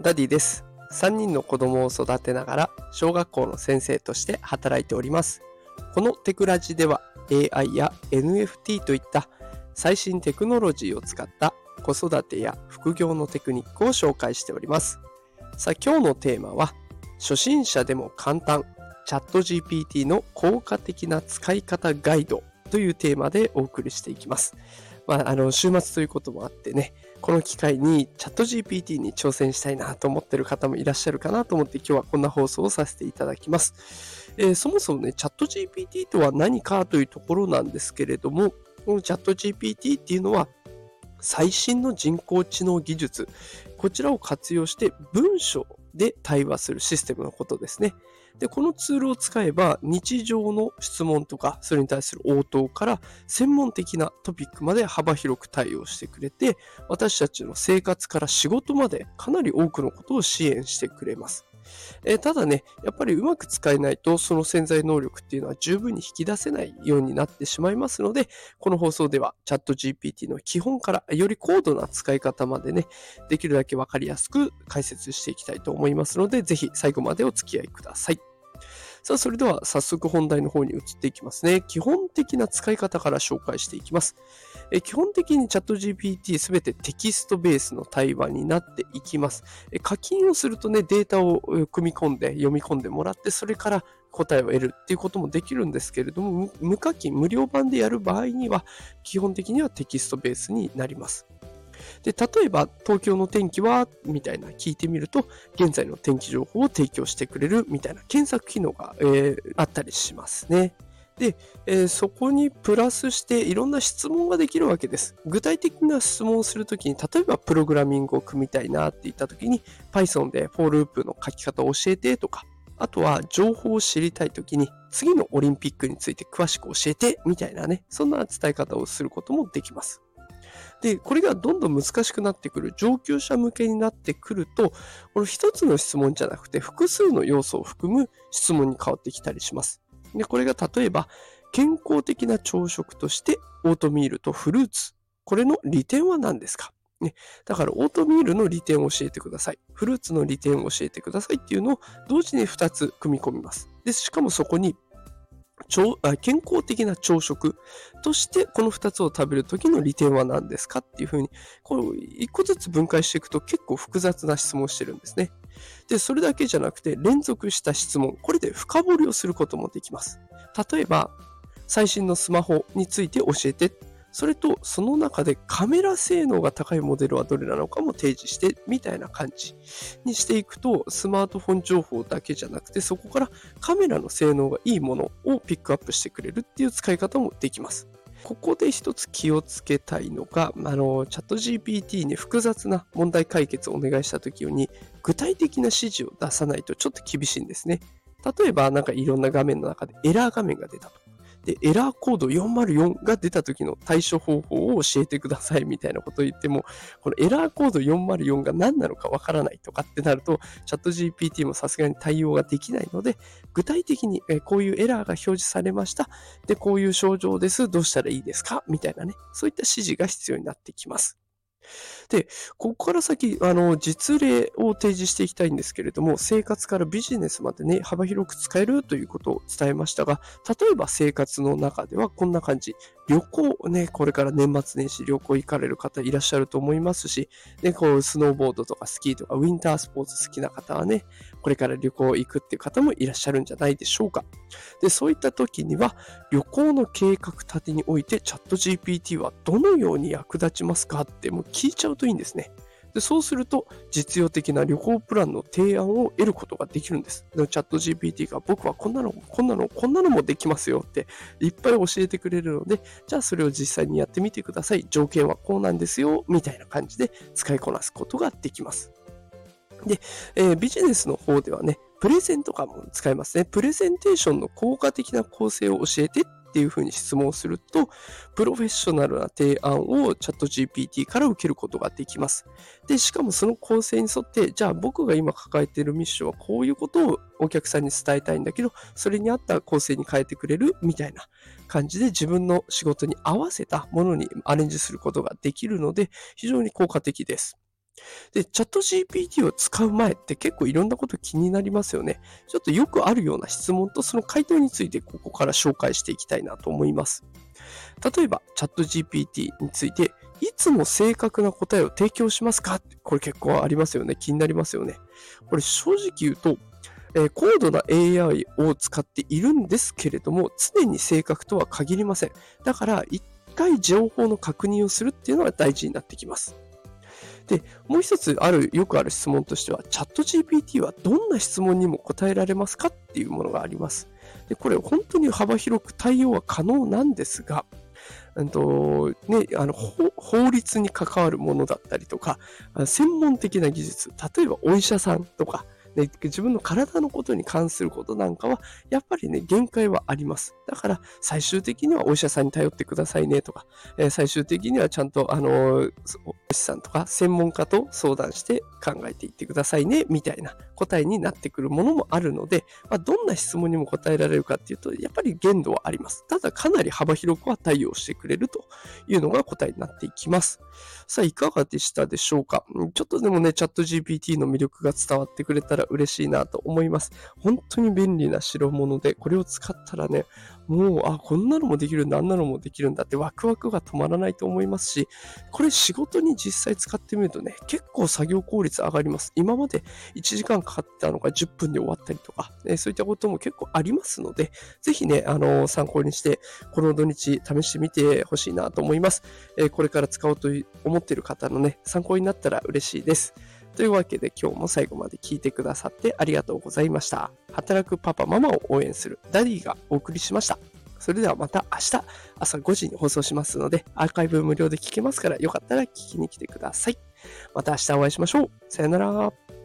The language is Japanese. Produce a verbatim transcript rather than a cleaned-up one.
ダディです。さんにんの子供を育てながら小学校の先生として働いております。このテクラジでは エーアイ や エヌエフティー といった最新テクノロジーを使った子育てや副業のテクニックを紹介しております。さあ、今日のテーマは初心者でも簡単チャット ジーピーティー の効果的な使い方ガイドというテーマでお送りしていきます。まあ、あの週末ということもあってね、この機会にチャット ジーピーティー に挑戦したいなと思っている方もいらっしゃるかなと思って今日はこんな放送をさせていただきます。えー、そもそもね、チャット ジーピーティー とは何かというところなんですけれども、このチャット ジーピーティー っていうのは最新の人工知能技術、こちらを活用して文章で対話するシステムのことですね。で、このツールを使えば日常の質問とかそれに対する応答から専門的なトピックまで幅広く対応してくれて、私たちの生活から仕事までかなり多くのことを支援してくれます。えー、ただね、やっぱりうまく使えないとその潜在能力っていうのは十分に引き出せないようになってしまいますので、この放送ではチャット ジーピーティー の基本からより高度な使い方までね、できるだけわかりやすく解説していきたいと思いますので、ぜひ最後までお付き合いください。さあ、それでは早速本題の方に移っていきますね。基本的な使い方から紹介していきます。え基本的にチャット ジーピーティー すべてテキストベースの対話になっていきます。え課金をするとね、データを組み込んで読み込んでもらって、それから答えを得るっていうこともできるんですけれども、無課金、無料版でやる場合には、基本的にはテキストベースになります。で、例えば東京の天気はみたいな聞いてみると、現在の天気情報を提供してくれるみたいな検索機能が、えー、あったりしますね。で、えー、そこにプラスしていろんな質問ができるわけです。具体的な質問をするときに、例えばプログラミングを組みたいなって言ったときに Python でフォーループの書き方を教えてとか、あとは情報を知りたいときに次のオリンピックについて詳しく教えてみたいなね、そんな伝え方をすることもできます。で、これがどんどん難しくなってくる、上級者向けになってくると、この一つの質問じゃなくて複数の要素を含む質問に変わってきたりします。で、これが例えば、健康的な朝食としてオートミールとフルーツ。これの利点は何ですか？ね、だからオートミールの利点を教えてください。フルーツの利点を教えてくださいっていうのを同時にふたつ組み込みます。で、しかもそこに健康的な朝食としてこのふたつを食べるときの利点は何ですかっていうふうにこういっこずつ分解していくと結構複雑な質問をしてるんですね。で、それだけじゃなくて連続した質問、これで深掘りをすることもできます。例えば最新のスマホについて教えて、それとその中でカメラ性能が高いモデルはどれなのかも提示してみたいな感じにしていくと、スマートフォン情報だけじゃなくてそこからカメラの性能がいいものをピックアップしてくれるっていう使い方もできます。ここで一つ気をつけたいのが、あのチャット ジーピーティー に複雑な問題解決をお願いした時に具体的な指示を出さないとちょっと厳しいんですね。例えばなんかいろんな画面の中でエラー画面が出たと。で、エラーコードよんまるよんが出た時の対処方法を教えてくださいみたいなことを言っても、このエラーコードよんまるよんが何なのかわからないとかってなると、チャット ジーピーティー もさすがに対応ができないので、具体的にこういうエラーが表示されました。で、こういう症状です。どうしたらいいですかみたいなね、そういった指示が必要になってきます。で、ここから先、あの、実例を提示していきたいんですけれども、生活からビジネスまでね、幅広く使えるということを伝えましたが、例えば生活の中ではこんな感じ。旅行ね、これから年末年始旅行行かれる方いらっしゃると思いますし、ね、こう、スノーボードとかスキーとかウィンタースポーツ好きな方はね、これから旅行行くっていう方もいらっしゃるんじゃないでしょうか。で、そういった時には、旅行の計画立てにおいてチャット ジーピーティー はどのように役立ちますかってもう聞いちゃうといいんですね。で、そうすると実用的な旅行プランの提案を得ることができるんです。でチャット ジーピーティー が僕はこんなの、こんなの、こんなのもできますよっていっぱい教えてくれるので、じゃあそれを実際にやってみてください。条件はこうなんですよ、みたいな感じで使いこなすことができます。で、えー、ビジネスの方ではね、プレゼンとかも使えますね。プレゼンテーションの効果的な構成を教えてっていうふうに質問すると、プロフェッショナルな提案をチャット ジーピーティー から受けることができます。で、しかもその構成に沿って、じゃあ僕が今抱えているミッションはこういうことをお客さんに伝えたいんだけど、それに合った構成に変えてくれるみたいな感じで自分の仕事に合わせたものにアレンジすることができるので、非常に効果的です。 で、チャット ジーピーティー を使う前って結構いろんなこと気になりますよね。ちょっとよくあるような質問とその回答についてここから紹介していきたいなと思います。例えば、チャット ジーピーティー について、いつも正確な答えを提供しますか？これ結構ありますよね。気になりますよね。これ正直言うと、えー高度な エーアイ を使っているんですけれども、常に正確とは限りません。だから、一回情報の確認をするっていうのが大事になってきます。で、もう一つある、よくある質問としては、チャット ジーピーティー はどんな質問にも答えられますかっていうものがあります。で、これ本当に幅広く対応は可能なんですが、うんとね、あの法法律に関わるものだったりとか、あ専門的な技術、例えばお医者さんとか、ね、自分の体のことに関することなんかは、やっぱりね、限界はあります。だから、最終的にはお医者さんに頼ってくださいねとか、えー最終的にはちゃんと、あのーお医師さんとか専門家と相談して考えていってくださいね、みたいな答えになってくるものもあるので、まあ、どんな質問にも答えられるかっていうと、やっぱり限度はあります。ただ、かなり幅広くは対応してくれるというのが答えになっていきます。さあ、いかがでしたでしょうか？うんちょっとでもね、チャット ジーピーティー の魅力が伝わってくれたら嬉しいなと思います。本当に便利な代物で、これを使ったらね、もう、あ、こんなのもできるんだ、あんなのもできるんだってワクワクが止まらないと思いますし、これ仕事に実際使ってみるとね、結構作業効率上がります。今までいちじかんかかってたのがじゅっぷんで終わったりとか、ね、そういったことも結構ありますので、ぜひね、あの参考にして、この土日試してみてほしいなと思います。えーこれから使おうと思っている方のね、参考になったら嬉しいです。というわけで今日も最後まで聞いてくださってありがとうございました。働くパパママを応援するダディがお送りしました。それではまた明日朝ごじに放送しますので、アーカイブ無料で聞けますからよかったら聞きに来てください。また明日お会いしましょう。さよなら。